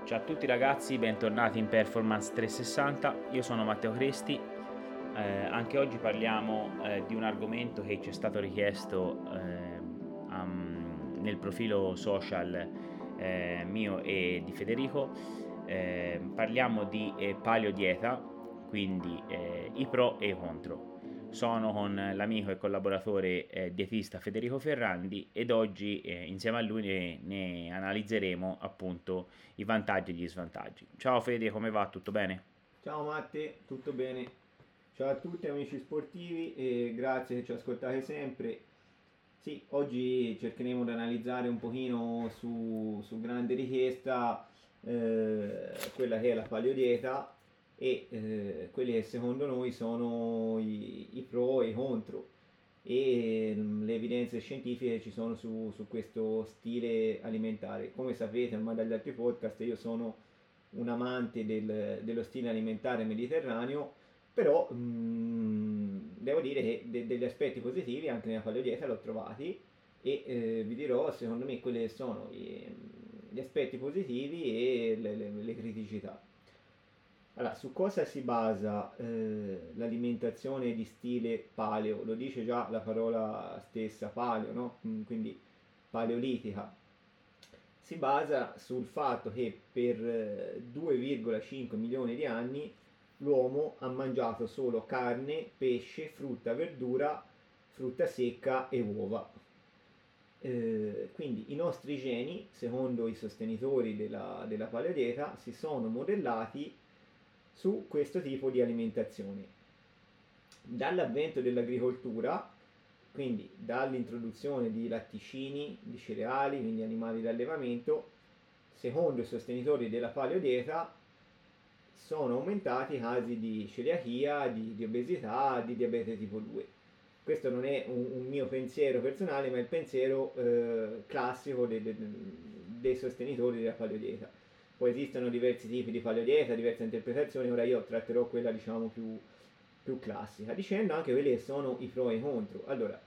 Ciao a tutti ragazzi, bentornati in Performance 360, io sono Matteo Cresti. Anche oggi parliamo di un argomento che ci è stato richiesto nel profilo social mio e di Federico. Parliamo di paleo dieta, quindi i pro e i contro. Sono con l'amico e collaboratore dietista Federico Ferrandi ed oggi insieme a lui ne analizzeremo appunto i vantaggi e gli svantaggi. Ciao Fede, come va? Tutto bene? Ciao Matte, tutto bene? Ciao a tutti amici sportivi e grazie che ci ascoltate sempre. Sì, oggi cercheremo di analizzare un pochino su grande richiesta quella che è la paleodieta e quelli che secondo noi sono i pro e i contro e le evidenze scientifiche che ci sono su questo stile alimentare. Come sapete ormai dagli altri podcast io sono un amante dello stile alimentare mediterraneo, però devo dire che degli aspetti positivi anche nella paleodieta l'ho trovati e vi dirò secondo me quelli che sono gli aspetti positivi e le criticità. Allora, su cosa si basa l'alimentazione di stile paleo? Lo dice già la parola stessa, paleo, no? Quindi paleolitica. Si basa sul fatto che per 2,5 milioni di anni l'uomo ha mangiato solo carne, pesce, frutta, verdura, frutta secca e uova. Quindi i nostri geni, secondo i sostenitori della paleodieta, si sono modellati su questo tipo di alimentazione. Dall'avvento dell'agricoltura, quindi dall'introduzione di latticini, di cereali, quindi animali d'allevamento, secondo i sostenitori della paleodieta sono aumentati i casi di celiachia, di obesità, di diabete tipo 2. Questo non è un mio pensiero personale, ma è il pensiero classico dei sostenitori della paleodieta. Poi esistono diversi tipi di paleodieta, diverse interpretazioni, ora io tratterò quella diciamo più classica, dicendo anche quelli che sono i pro e i contro. Allora,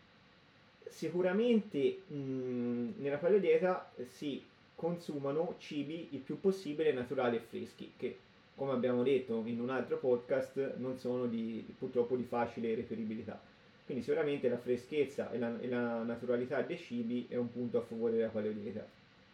sicuramente nella paleodieta si consumano cibi il più possibile naturali e freschi, che come abbiamo detto in un altro podcast non sono purtroppo di facile reperibilità. Quindi sicuramente la freschezza e la naturalità dei cibi è un punto a favore della paleodieta.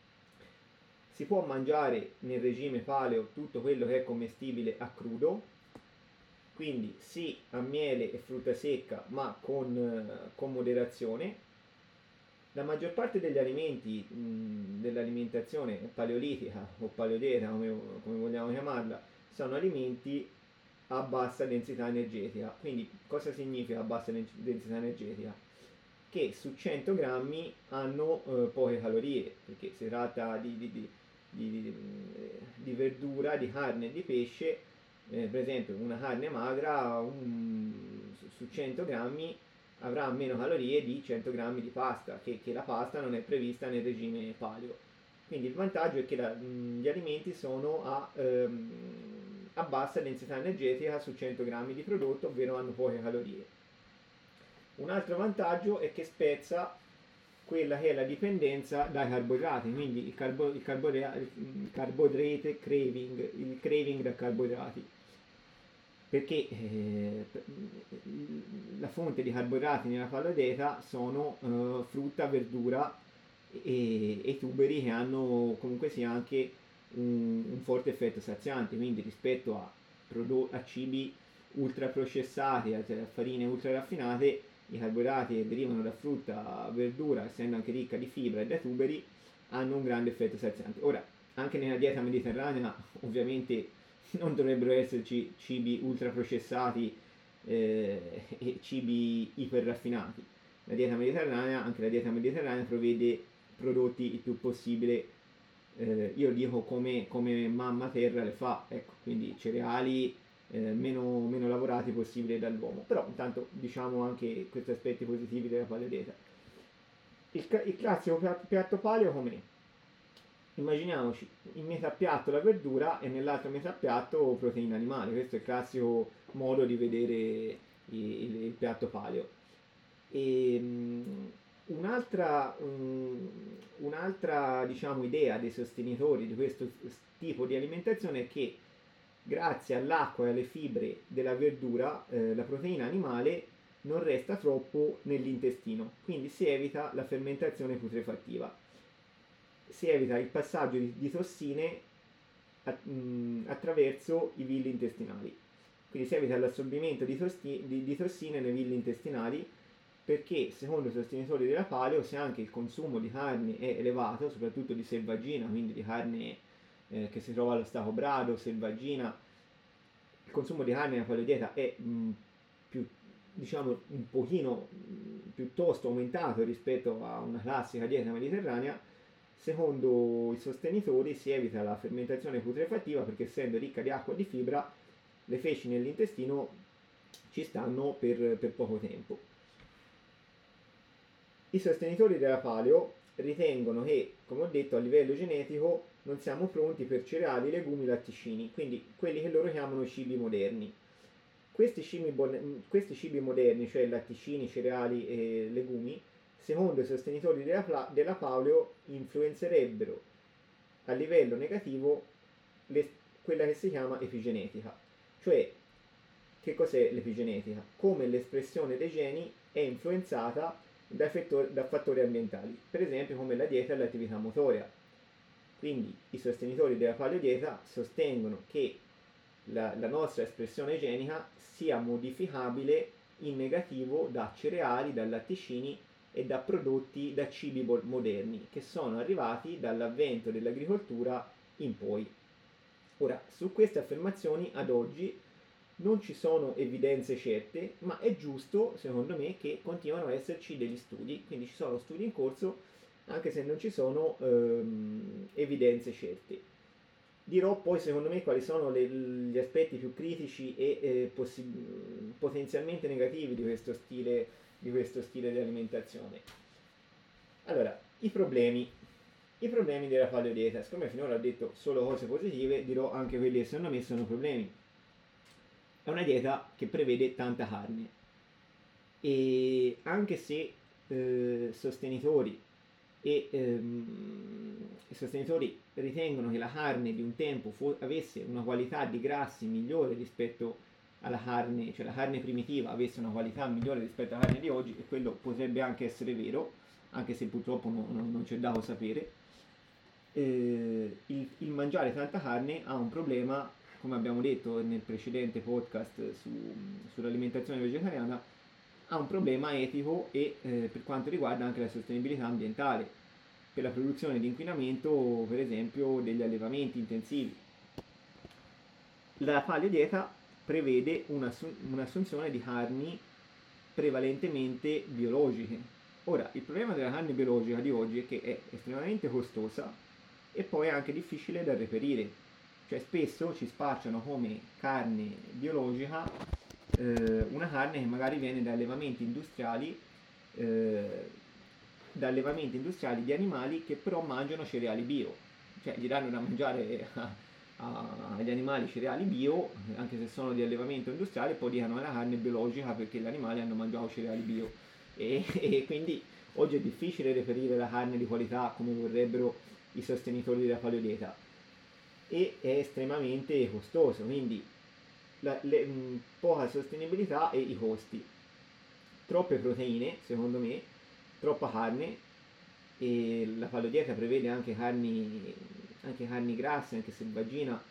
Si può mangiare nel regime paleo tutto quello che è commestibile a crudo, quindi sì a miele e frutta secca ma con moderazione. La maggior parte degli alimenti dell'alimentazione paleolitica o paleodieta come vogliamo chiamarla sono alimenti a bassa densità energetica. Quindi cosa significa bassa densità energetica? Che su 100 grammi hanno poche calorie, perché si tratta di verdura, di carne e di pesce. Per esempio una carne magra su 100 grammi avrà meno calorie di 100 grammi di pasta, che la pasta non è prevista nel regime paleo. Quindi il vantaggio è che gli alimenti sono a bassa densità energetica su 100 grammi di prodotto, ovvero hanno poche calorie. Un altro vantaggio è che spezza quella che è la dipendenza dai carboidrati, quindi il carbohydrate craving, il craving da carboidrati, perché la fonte di carboidrati nella paleodieta sono frutta, verdura e tuberi che hanno comunque sia anche un forte effetto saziante, quindi rispetto a cibi ultraprocessati, a farine ultra raffinate, i carboidrati che derivano da frutta, verdura, essendo anche ricca di fibra e da tuberi, hanno un grande effetto saziante. Ora, anche nella dieta mediterranea, ovviamente non dovrebbero esserci cibi ultraprocessati e cibi iperraffinati. Anche la dieta mediterranea prevede prodotti il più possibile, io dico come mamma terra le fa, ecco, quindi cereali meno lavorati possibile dall'uomo. Però intanto diciamo anche questi aspetti positivi della paleodieta. Il classico piatto paleo com'è? Immaginiamoci in metà piatto la verdura e nell'altro metà piatto proteine animali. Questo è il classico modo di vedere il piatto paleo. E, Un'altra diciamo, idea dei sostenitori di questo tipo di alimentazione è che grazie all'acqua e alle fibre della verdura la proteina animale non resta troppo nell'intestino, quindi si evita la fermentazione putrefattiva, si evita il passaggio di tossine attraverso i villi intestinali, quindi si evita l'assorbimento di tossine nei villi intestinali, perché secondo i sostenitori della paleo, se anche il consumo di carne è elevato, soprattutto di selvaggina, quindi di carne che si trova allo stato brado, selvaggina, il consumo di carne nella paleodieta è più, diciamo, un pochino piuttosto aumentato rispetto a una classica dieta mediterranea. Secondo i sostenitori si evita la fermentazione putrefattiva perché, essendo ricca di acqua e di fibra, le feci nell'intestino ci stanno per poco tempo. I sostenitori della paleo ritengono che, come ho detto, a livello genetico non siamo pronti per cereali, legumi, latticini, quindi quelli che loro chiamano cibi moderni. Questi cibi moderni, cioè latticini, cereali e legumi, secondo i sostenitori della paleo, influenzerebbero a livello negativo quella che si chiama epigenetica. Cioè, che cos'è l'epigenetica? Come l'espressione dei geni è influenzata da fattori ambientali, per esempio come la dieta e l'attività motoria. Quindi i sostenitori della paleodieta sostengono che la nostra espressione genica sia modificabile in negativo da cereali, da latticini e da prodotti, da cibi moderni che sono arrivati dall'avvento dell'agricoltura in poi. Ora, su queste affermazioni ad oggi non ci sono evidenze certe, ma è giusto, secondo me, che continuano ad esserci degli studi, quindi ci sono studi in corso, anche se non ci sono evidenze certe. Dirò poi, secondo me, quali sono gli aspetti più critici e potenzialmente negativi di questo stile di alimentazione. Allora, i problemi della paleodieta. Siccome finora ho detto solo cose positive, dirò anche quelli che secondo me sono problemi. È una dieta che prevede tanta carne, e anche se sostenitori ritengono che la carne di un tempo avesse una qualità di grassi migliore rispetto alla carne, cioè la carne primitiva avesse una qualità migliore rispetto alla carne di oggi, e quello potrebbe anche essere vero, anche se purtroppo non c'è dato sapere. Il mangiare tanta carne ha un problema, come abbiamo detto nel precedente podcast sull'alimentazione vegetariana, ha un problema etico e per quanto riguarda anche la sostenibilità ambientale, per la produzione di inquinamento, per esempio, degli allevamenti intensivi. La paleodieta prevede un'assunzione di carni prevalentemente biologiche. Ora, il problema della carne biologica di oggi è che è estremamente costosa e poi è anche difficile da reperire. Cioè, spesso ci spacciano come carne biologica una carne che magari viene da allevamenti industriali di animali che però mangiano cereali bio. Cioè, gli danno da mangiare agli animali cereali bio, anche se sono di allevamento industriale, poi dicono che è la carne biologica perché gli animali hanno mangiato cereali bio. E quindi oggi è difficile reperire la carne di qualità come vorrebbero i sostenitori della paleodieta, e è estremamente costoso, quindi poca sostenibilità e i costi. Troppe proteine, secondo me, troppa carne, e la paleodieta prevede anche carni grasse, anche selvaggina,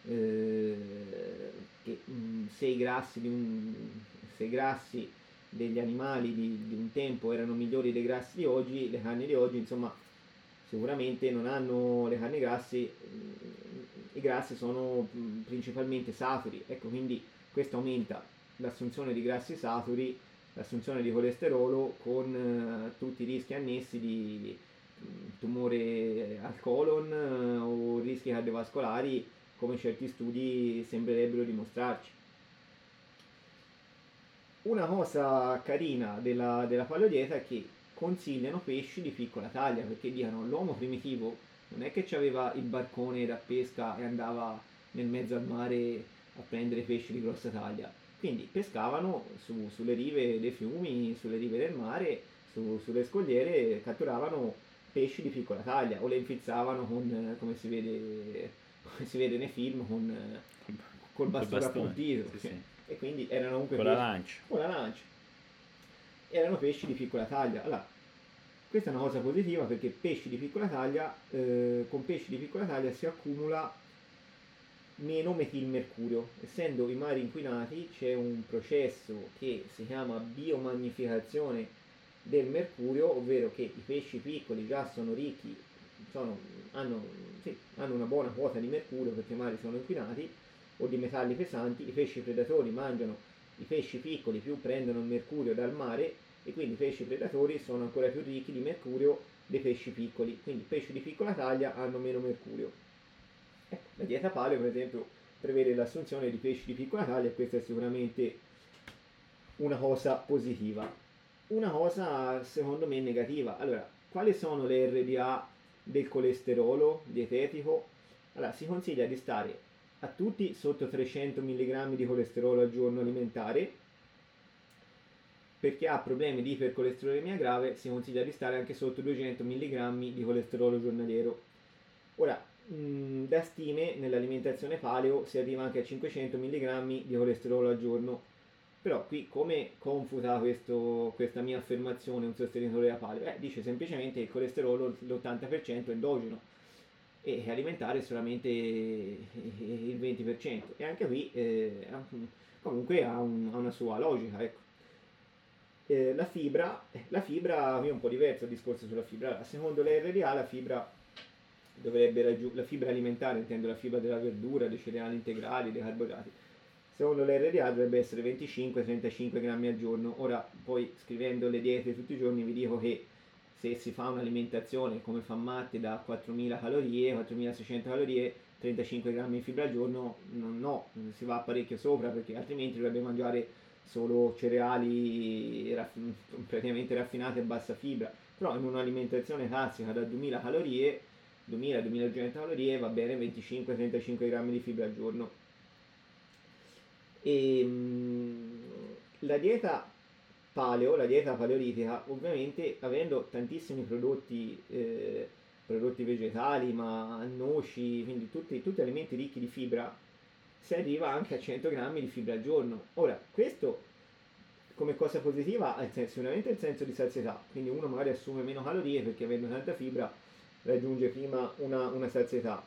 che se i grassi degli animali di un tempo erano migliori dei grassi di oggi, le carni di oggi, insomma, sicuramente non hanno le carni grasse, i grassi sono principalmente saturi, ecco, quindi questo aumenta l'assunzione di grassi saturi, l'assunzione di colesterolo, con tutti i rischi annessi di tumore al colon o rischi cardiovascolari, come certi studi sembrerebbero dimostrarci. Una cosa carina della paleodieta è che consigliano pesci di piccola taglia, perché dicono l'uomo primitivo non è che aveva il barcone da pesca e andava nel mezzo al mare a prendere pesci di grossa taglia, quindi pescavano sulle rive dei fiumi, sulle rive del mare, sulle scogliere catturavano pesci di piccola taglia o le infizzavano con, come si vede nei film, col bastone appuntito. Sì, sì. E quindi erano comunque Con la lancia. con la lancia. Erano pesci di piccola taglia. Allora, questa è una cosa positiva perché pesci di piccola taglia, con pesci di piccola taglia si accumula meno metilmercurio. Essendo i mari inquinati c'è un processo che si chiama biomagnificazione del mercurio, ovvero che i pesci piccoli già sono ricchi, hanno una buona quota di mercurio perché i mari sono inquinati, o di metalli pesanti. I pesci predatori mangiano i pesci piccoli, più prendono il mercurio dal mare, e quindi i pesci predatori sono ancora più ricchi di mercurio dei pesci piccoli, quindi i pesci di piccola taglia hanno meno mercurio. Ecco, la dieta paleo per esempio prevede l'assunzione di pesci di piccola taglia, e questa è sicuramente una cosa positiva. Una cosa secondo me negativa. Allora, quali sono le RDA del colesterolo dietetico? Allora, si consiglia di stare a tutti sotto 300 mg di colesterolo al giorno alimentare. Per chi ha problemi di ipercolesterolemia grave si consiglia di stare anche sotto 200 mg di colesterolo giornaliero. Ora, da stime nell'alimentazione paleo si arriva anche a 500 mg di colesterolo al giorno. Però qui come confuta questa mia affermazione un sostenitore della paleo? Dice semplicemente che il colesterolo l'80% è endogeno e alimentare solamente il 20%, e anche qui comunque ha una sua logica, ecco. La fibra qui è un po' diverso il discorso sulla fibra. Allora, secondo l'RDA la fibra la fibra alimentare, intendo la fibra della verdura, dei cereali integrali, dei carboidrati, secondo l'RDA dovrebbe essere 25-35 grammi al giorno. Ora, poi scrivendo le diete tutti i giorni vi dico che se si fa un'alimentazione come fa Matti da 4000 calorie, 4600 calorie, 35 grammi di fibra al giorno, si va parecchio sopra, perché altrimenti dovrebbe mangiare solo cereali praticamente raffinati a bassa fibra. Però in un'alimentazione classica da 2000 calorie, 2000-2200 calorie, va bene 25-35 grammi di fibra al giorno. E la dieta paleo, la dieta paleolitica, ovviamente avendo tantissimi prodotti vegetali, ma noci, quindi tutti alimenti ricchi di fibra, si arriva anche a 100 grammi di fibra al giorno. Ora, questo come cosa positiva ha sicuramente il senso di sazietà, quindi uno magari assume meno calorie perché avendo tanta fibra raggiunge prima una sazietà.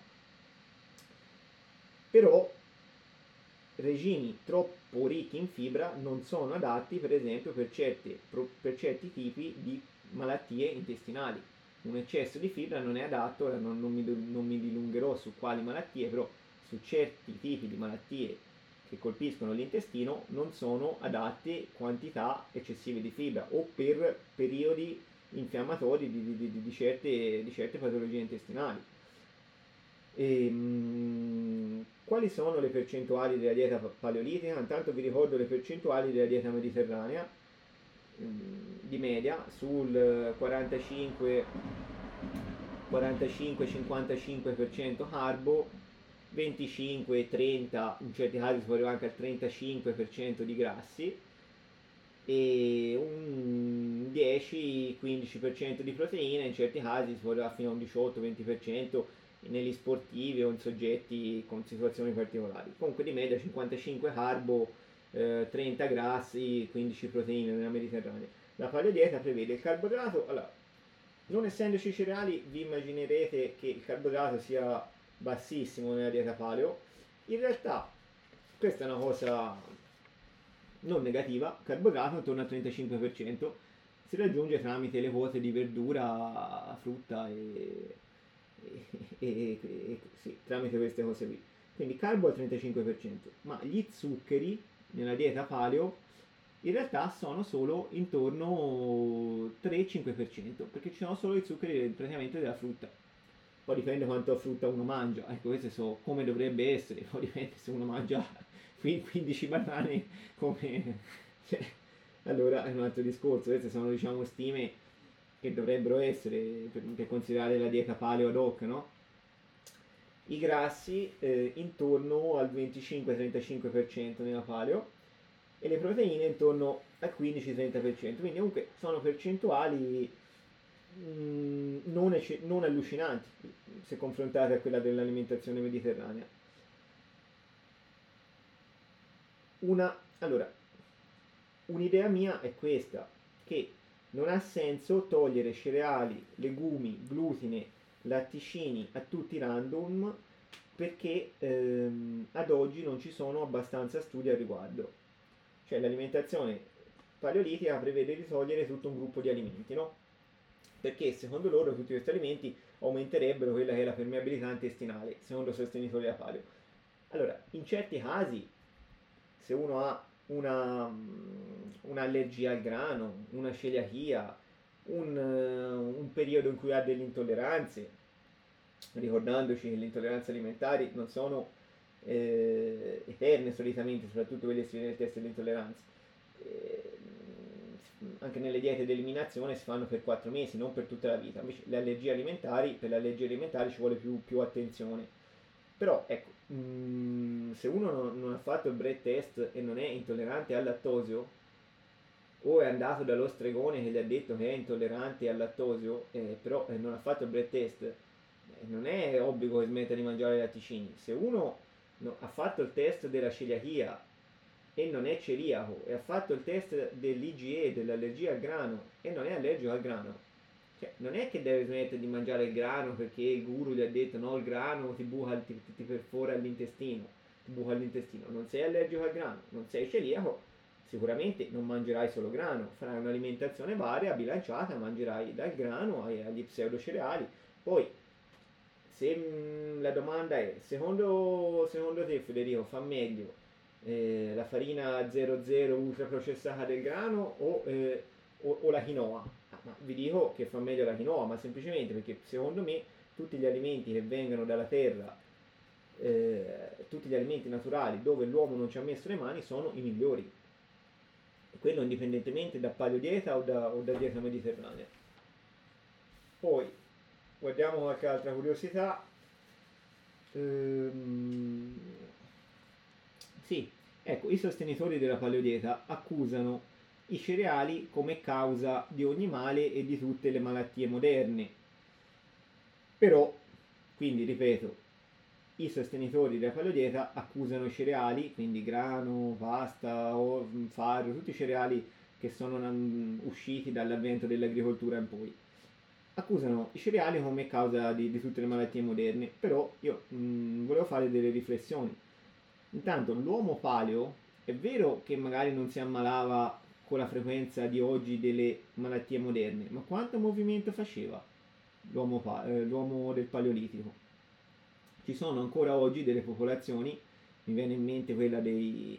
Però regimi troppo ricchi in fibra non sono adatti, per esempio, per certi tipi di malattie intestinali. Un eccesso di fibra non è adatto. Ora non mi dilungherò su quali malattie, però su certi tipi di malattie che colpiscono l'intestino non sono adatte quantità eccessive di fibra, o per periodi infiammatori di certe patologie intestinali. Quali sono le percentuali della dieta paleolitica? Intanto vi ricordo le percentuali della dieta mediterranea, di media sul 45-55% carbo, 25-30, in certi casi si può arrivare anche al 35% di grassi, e un 10-15% di proteine, in certi casi si può arrivare fino a un 18-20% negli sportivi o in soggetti con situazioni particolari. Comunque di media 55 carbo, 30 grassi, 15 proteine nella Mediterranea. La paleodieta prevede il carboidrato. Allora, non essendoci cereali, vi immaginerete che il carboidrato sia bassissimo nella dieta paleo. In realtà questa è una cosa non negativa. Carboidrato intorno al 35% si raggiunge tramite le quote di verdura, frutta e sì, tramite queste cose qui. Quindi carbo al 35%, ma gli zuccheri nella dieta paleo in realtà sono solo intorno 3-5%, perché ci sono solo i zuccheri praticamente della frutta. Poi dipende quanto frutta uno mangia, ecco, queste sono come dovrebbe essere. Poi dipende se uno mangia 15 banane come allora è un altro discorso. Queste sono, diciamo, stime che dovrebbero essere per considerare la dieta paleo ad hoc, no? I grassi intorno al 25-35% nella paleo, e le proteine intorno al 15-30%, quindi comunque sono percentuali non allucinanti se confrontate a quella dell'alimentazione mediterranea. Allora, un'idea mia è questa, che non ha senso togliere cereali, legumi, glutine, latticini a tutti random perché ad oggi non ci sono abbastanza studi al riguardo. Cioè l'alimentazione paleolitica prevede di togliere tutto un gruppo di alimenti, no? Perché secondo loro tutti questi alimenti aumenterebbero quella che è la permeabilità intestinale, secondo i sostenitori della paleo. Allora, in certi casi, se uno ha un'allergia al grano, una celiachia, un periodo in cui ha delle intolleranze, ricordandoci che le intolleranze alimentari non sono eterne solitamente, soprattutto quelle che si vede nel test delle intolleranze. Anche nelle diete di eliminazione si fanno per 4 mesi, non per tutta la vita. Invece le allergie alimentari, per le allergie alimentari ci vuole più attenzione. Però ecco, se uno non ha fatto il breath test e non è intollerante al lattosio, o è andato dallo stregone che gli ha detto che è intollerante al lattosio, però non ha fatto il breath test, non è obbligo che smetta di mangiare i latticini. Se uno ha fatto il test della celiachia e non è celiaco, e ha fatto il test dell'IgE, dell'allergia al grano, e non è allergico al grano, cioè, non è che deve smettere di mangiare il grano perché il guru gli ha detto no, il grano ti perfora l'intestino, ti buca l'intestino. Non sei allergico al grano, non sei celiaco, sicuramente non mangerai solo grano, farai un'alimentazione varia, bilanciata, mangerai dal grano agli pseudocereali. Poi, se la domanda è, secondo te Federico, fa meglio la farina 00 ultraprocessata del grano o la quinoa? Ma vi dico che fa meglio la quinoa, ma semplicemente perché secondo me tutti gli alimenti che vengono dalla terra, tutti gli alimenti naturali dove l'uomo non ci ha messo le mani sono i migliori. E quello indipendentemente da paleodieta o da dieta mediterranea. Poi guardiamo qualche altra curiosità. Sì, ecco, i sostenitori della paleodieta accusano i cereali come causa di ogni male e di tutte le malattie moderne. Però, quindi ripeto, i sostenitori della paleodieta accusano i cereali, quindi grano, pasta, farro, tutti i cereali che sono usciti dall'avvento dell'agricoltura in poi. Accusano i cereali come causa di tutte le malattie moderne, però io volevo fare delle riflessioni. Intanto l'uomo paleo è vero che magari non si ammalava con la frequenza di oggi delle malattie moderne, ma quanto movimento faceva l'uomo del paleolitico? Ci sono ancora oggi delle popolazioni, mi viene in mente quella dei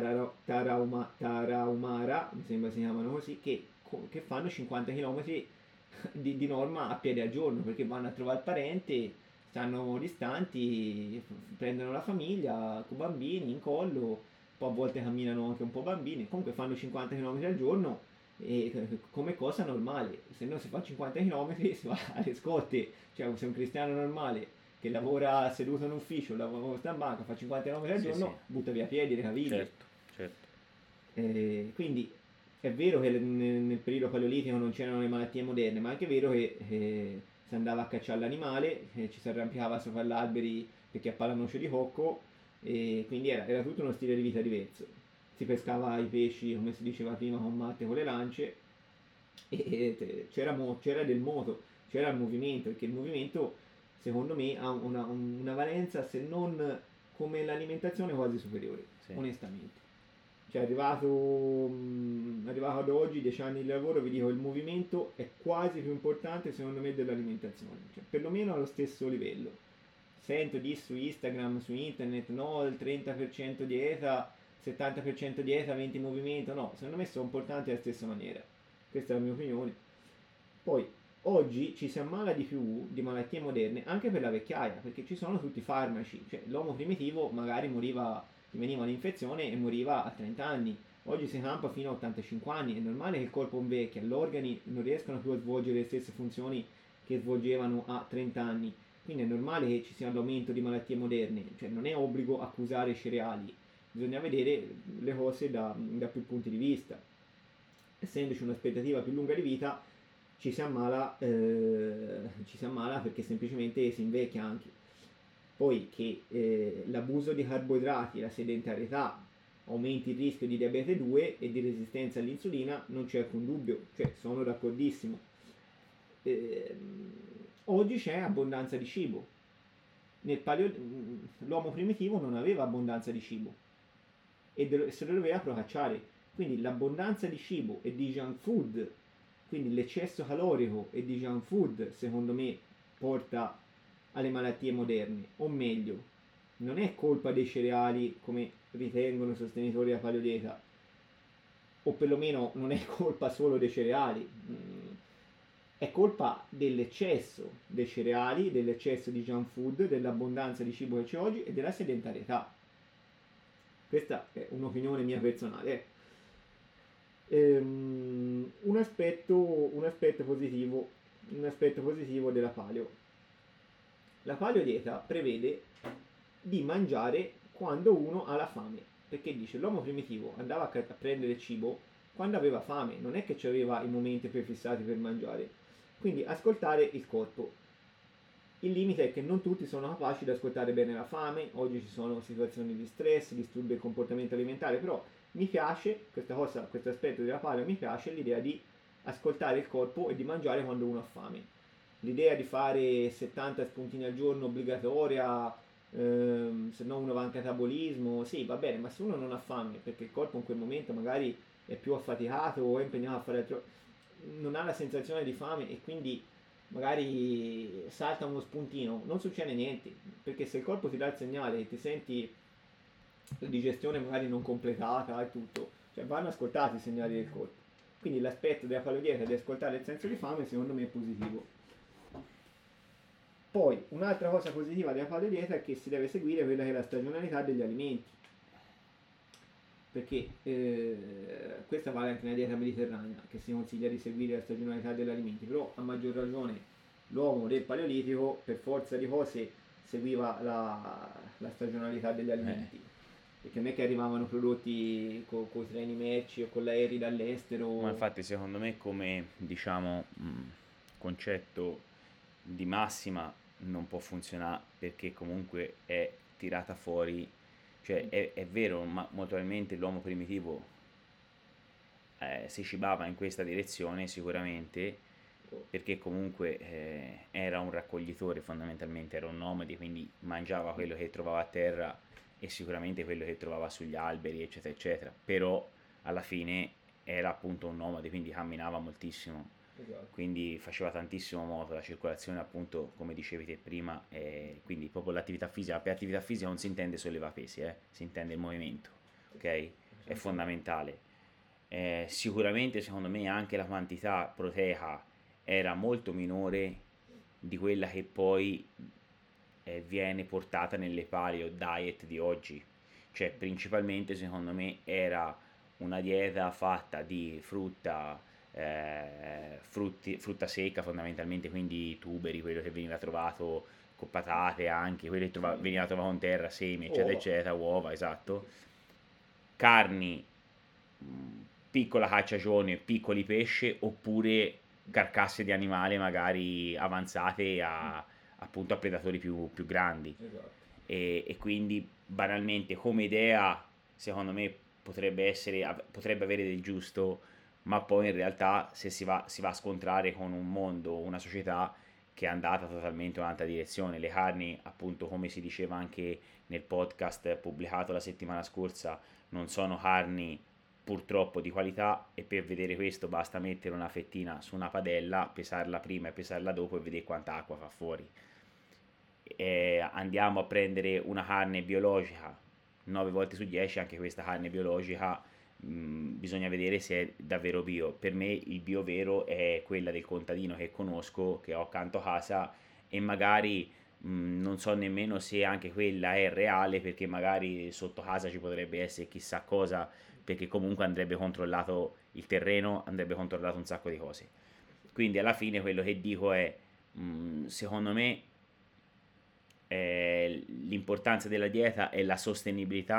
Tarahumara, mi sembra si chiamano così, che fanno 50 km di norma a piedi al giorno, perché vanno a trovare il parente, stanno distanti, prendono la famiglia con bambini in collo, poi a volte camminano anche un po' bambini, comunque fanno 50 km al giorno e come cosa normale. Se no si fa 50 km si va alle scotte, cioè se un cristiano normale che lavora seduto in ufficio, sta in banca, fa 50 km al giorno, sì. butta via piedi, le caviglie. Certo. Quindi è vero che nel periodo paleolitico non c'erano le malattie moderne, ma è anche vero che si andava a cacciare l'animale, ci si arrampicava sopra gli alberi perché a noce di cocco, e quindi era tutto uno stile di vita diverso. Si pescava i pesci, come si diceva prima, con matte, con le lance, e c'era del moto, c'era il movimento, perché il movimento secondo me ha una valenza, se non come l'alimentazione, quasi superiore, Sì. onestamente. Cioè arrivato ad oggi, 10 anni di lavoro, vi dico il movimento è quasi più importante secondo me dell'alimentazione, cioè perlomeno allo stesso livello. Sento di su Instagram, su internet, no, il 30% dieta, 70% dieta, 20 movimento, no, secondo me sono importanti alla stessa maniera. Questa è la mia opinione. Poi, oggi ci si ammala di più di malattie moderne anche per la vecchiaia, perché ci sono tutti i farmaci, cioè l'uomo primitivo magari moriva, gli veniva l'infezione e moriva a 30 anni, oggi si campa fino a 85 anni, è normale che il corpo invecchia, gli organi non riescono più a svolgere le stesse funzioni che svolgevano a 30 anni, quindi è normale che ci sia un aumento di malattie moderne, cioè non è obbligo accusare i cereali, bisogna vedere le cose da più punti di vista. Essendoci un'aspettativa più lunga di vita, ci si ammala perché semplicemente si invecchia anche. Poi che l'abuso di carboidrati e la sedentarietà aumenti il rischio di diabete 2 e di resistenza all'insulina, non c'è alcun dubbio, cioè sono d'accordissimo. Oggi c'è abbondanza di cibo. L'uomo primitivo non aveva abbondanza di cibo e se lo doveva procacciare. Quindi l'abbondanza di cibo e di junk food, quindi l'eccesso calorico e di junk food, secondo me porta alle malattie moderne. O meglio, non è colpa dei cereali come ritengono i sostenitori della paleodieta, o perlomeno non è colpa solo dei cereali, è colpa dell'eccesso dei cereali, dell'eccesso di junk food, dell'abbondanza di cibo che c'è oggi e della sedentarietà. Questa è un'opinione mia personale. Un aspetto positivo della paleo. La paleodieta prevede di mangiare quando uno ha la fame, perché dice l'uomo primitivo andava a prendere cibo quando aveva fame, non è che aveva i momenti prefissati per mangiare. Quindi ascoltare il corpo. Il limite è che non tutti sono capaci di ascoltare bene la fame, oggi ci sono situazioni di stress, disturbi del comportamento alimentare, però mi piace questo aspetto della paleo, mi piace l'idea di ascoltare il corpo e di mangiare quando uno ha fame. L'idea di fare 70 spuntini al giorno obbligatoria, se no uno va in catabolismo, sì va bene, ma se uno non ha fame, perché il corpo in quel momento magari è più affaticato o è impegnato a fare altro, non ha la sensazione di fame e quindi magari salta uno spuntino, non succede niente, perché se il corpo ti dà il segnale e ti senti la digestione magari non completata e tutto, cioè vanno ascoltati i segnali del corpo. Quindi l'aspetto della paleodieta di ascoltare il senso di fame secondo me è positivo. Poi un'altra cosa positiva della paleodieta è che si deve seguire quella che è la stagionalità degli alimenti, perché questa vale anche nella dieta mediterranea, che si consiglia di seguire la stagionalità degli alimenti, però a maggior ragione l'uomo del paleolitico per forza di cose seguiva la stagionalità degli alimenti, perché non è che arrivavano prodotti con i treni merci o con l'aerei dall'estero. Ma infatti secondo me come diciamo concetto di massima non può funzionare, perché comunque è tirata fuori, cioè è vero, ma molto probabilmente l'uomo primitivo si cibava in questa direzione sicuramente, perché comunque era un raccoglitore, fondamentalmente era un nomade, quindi mangiava quello che trovava a terra e sicuramente quello che trovava sugli alberi, eccetera eccetera, però alla fine era appunto un nomade, quindi camminava moltissimo. Esatto. Quindi faceva tantissimo moto, la circolazione appunto come dicevi te prima, quindi proprio l'attività fisica. Per attività fisica non si intende sollevare pesi, si intende il movimento, ok? È fondamentale. Sicuramente secondo me anche la quantità proteica era molto minore di quella che poi viene portata nelle paleo diet di oggi, cioè principalmente secondo me era una dieta fatta di frutta, frutta secca fondamentalmente, quindi tuberi, quello che veniva trovato con patate anche, quello che veniva trovato in terra, semi eccetera eccetera, uova, esatto, carni, piccola cacciagione, piccoli pesce, oppure carcasse di animale magari avanzate appunto a predatori più grandi. Esatto. E quindi banalmente come idea secondo me potrebbe avere del giusto, ma poi in realtà se si va a scontrare con un mondo, una società che è andata totalmente in un'altra direzione. Le carni, appunto, come si diceva anche nel podcast pubblicato la settimana scorsa, non sono carni purtroppo di qualità, e per vedere questo basta mettere una fettina su una padella, pesarla prima e pesarla dopo e vedere quanta acqua fa fuori. Andiamo a prendere una carne biologica 9 volte su 10, anche questa carne biologica bisogna vedere se è davvero bio. Per me il bio vero è quella del contadino che conosco, che ho accanto a casa, e magari non so nemmeno se anche quella è reale, perché magari sotto casa ci potrebbe essere chissà cosa, perché comunque andrebbe controllato il terreno, andrebbe controllato un sacco di cose. Quindi alla fine quello che dico è, secondo me l'importanza della dieta è la sostenibilità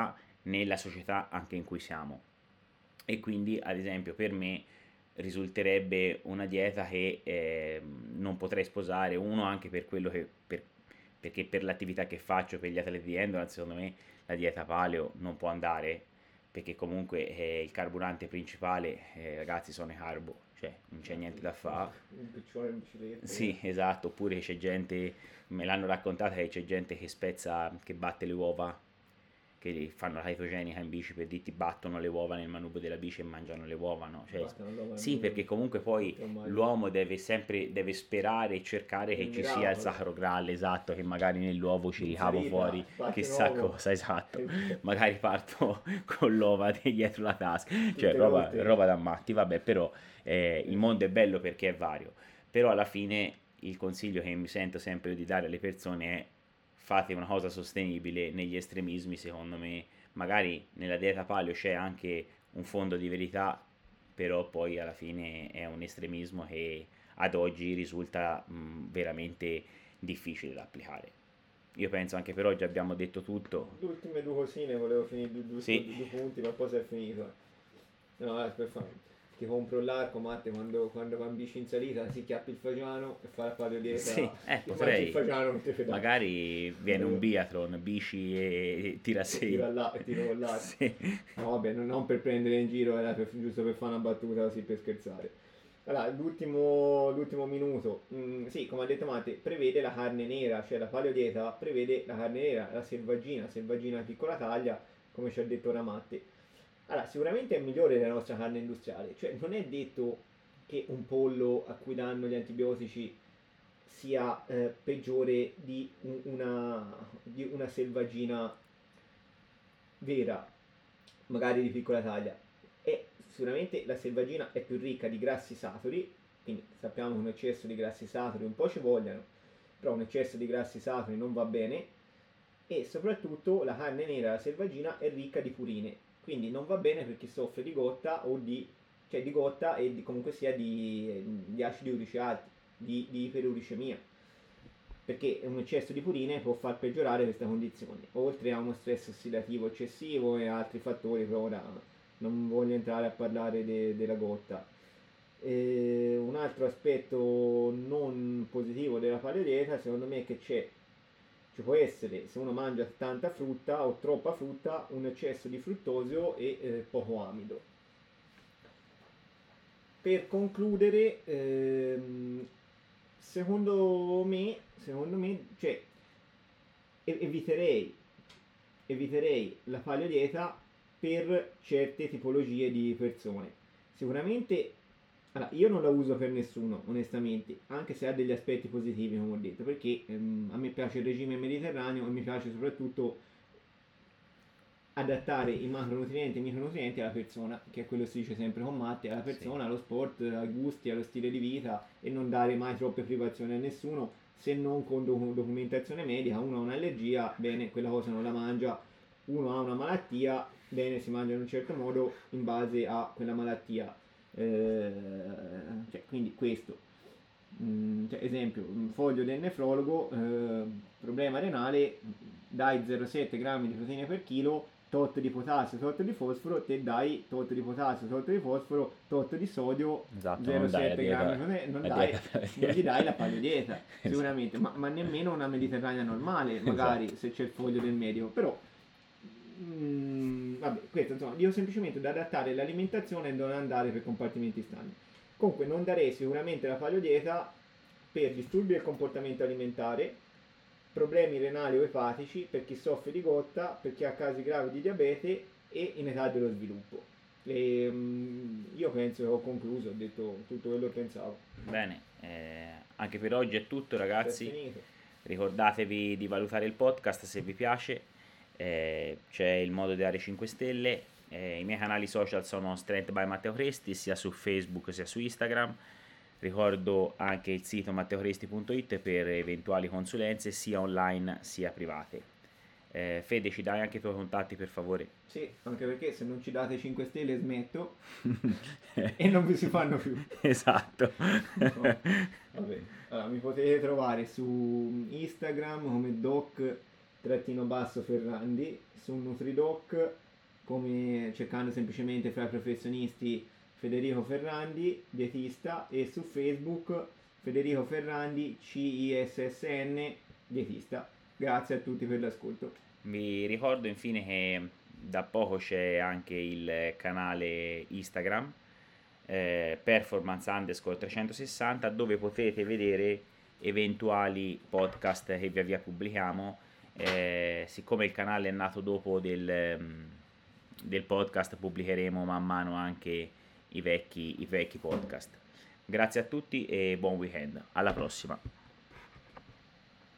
nella società anche in cui siamo. E quindi, ad esempio, per me risulterebbe una dieta che non potrei sposare, uno anche per quello perché per l'attività che faccio, per gli atleti di endurance, secondo me la dieta paleo non può andare, perché comunque il carburante principale, ragazzi, sono i carbo, cioè non c'è niente da fare. Un piccione in bicicletta. Sì, esatto, oppure c'è gente, me l'hanno raccontata che c'è gente che spezza, che batte le uova, che fanno la cetogenica in bici, per dirti battono le uova nel manubrio della bici e mangiano le uova, no? Cioè, Battono l'uovo nel sì, manubrio. perché comunque poi Ormai. l'uomo deve sempre, deve sperare e cercare che Il ci sia il miracolo. sacro graal, esatto, che magari nell'uovo ci ricavo Inserita, fuori spacchi chissà un uovo. cosa, esatto. Magari parto con l'ova dietro la tasca, cioè Tutte roba, rotte. roba da matti, vabbè, però il mondo è bello perché è vario, però alla fine il consiglio che mi sento sempre di dare alle persone è: fate una cosa sostenibile. Negli estremismi, secondo me, magari nella dieta paleo c'è anche un fondo di verità, però poi alla fine è un estremismo che ad oggi risulta veramente difficile da applicare. Io penso anche per oggi abbiamo detto tutto. Le ultime due cosine volevo finire, Sì. due punti, ma poi si è finito. No, per fare. Ti compro l'arco, Matte, quando va in bici in salita, si chiappi il fagiano e fa la paleodieta. Sì, Mangi potrei. il fagiano, non ti fai dare. Magari viene un biathlon, bici e tira a E tiro 6. là, e tiro con l'arco. Sì. No, vabbè, non per prendere in giro, era giusto per fare una battuta così per scherzare. Allora, l'ultimo minuto, sì, come ha detto Matte, prevede la carne nera, cioè la paleodieta prevede la carne nera, la selvaggina piccola taglia, come ci ha detto ora Matte. Allora, sicuramente è migliore della nostra carne industriale, cioè non è detto che un pollo a cui danno gli antibiotici sia peggiore di una selvaggina vera, magari di piccola taglia. E sicuramente la selvaggina è più ricca di grassi saturi, quindi sappiamo che un eccesso di grassi saturi un po' ci vogliono, però un eccesso di grassi saturi non va bene. E soprattutto la carne nera, la selvaggina, è ricca di purine, quindi non va bene per chi soffre di gotta o cioè di gotta e comunque sia di acidi urici alti, di iperuricemia, perché un eccesso di purine può far peggiorare questa condizione, oltre a uno stress ossidativo eccessivo e altri fattori, però ora non voglio entrare a parlare della gotta. Un altro aspetto non positivo della paleodieta secondo me è che ci può essere, se uno mangia tanta frutta o troppa frutta, un eccesso di fruttosio e poco amido. Per concludere, secondo me, cioè, eviterei la paleodieta per certe tipologie di persone. Sicuramente, allora, io non la uso per nessuno, onestamente, anche se ha degli aspetti positivi, come ho detto, perché a me piace il regime mediterraneo e mi piace soprattutto adattare i macronutrienti e i micronutrienti alla persona, che è quello che si dice sempre con Matte, alla persona, allo sport, ai gusti, allo stile di vita, e non dare mai troppe privazioni a nessuno, se non con documentazione medica. Uno ha un'allergia, bene, quella cosa non la mangia. Uno ha una malattia, bene, si mangia in un certo modo in base a quella malattia. Cioè, quindi questo. Cioè, esempio, un foglio del nefrologo, problema renale, dai 0,7 grammi di proteine per chilo, tot di potassio, tot di fosforo, te dai tot di potassio, tot di fosforo, tot di sodio, Esatto, 0,7 grammi di proteine, non gli dai la paleodieta, Esatto. sicuramente, ma nemmeno una mediterranea normale, magari, Esatto. se c'è il foglio del medico, però vabbè, questo insomma, dico semplicemente da adattare l'alimentazione e non andare per compartimenti stagni. Comunque non darei sicuramente la paleodieta per disturbi del comportamento alimentare, problemi renali o epatici, per chi soffre di gotta, per chi ha casi gravi di diabete e in età dello sviluppo. Io penso che ho concluso, ho detto tutto quello che pensavo. Bene, anche per oggi è tutto, È ragazzi. finito. Ricordatevi di valutare il podcast se vi piace. C'è il modo di dare 5 stelle. I miei canali social sono Strength by Matteo Cresti, sia su Facebook sia su Instagram. Ricordo anche il sito matteocresti.it per eventuali consulenze sia online sia private. Fede, ci dai anche i tuoi contatti, per favore? Sì, anche perché se non ci date 5 stelle smetto e non vi si fanno più. Esatto. No, vabbè. Allora, mi potete trovare su Instagram come doc-ferrandi, su Nutridoc come cercando semplicemente fra i professionisti Federico Ferrandi, dietista, e su Facebook Federico Ferrandi CISSN, dietista. Grazie a tutti per l'ascolto. Vi ricordo infine che da poco c'è anche il canale Instagram performance_360, dove potete vedere eventuali podcast che via via pubblichiamo. Siccome il canale è nato dopo del podcast, pubblicheremo man mano anche i vecchi podcast. Grazie a tutti e buon weekend, alla prossima.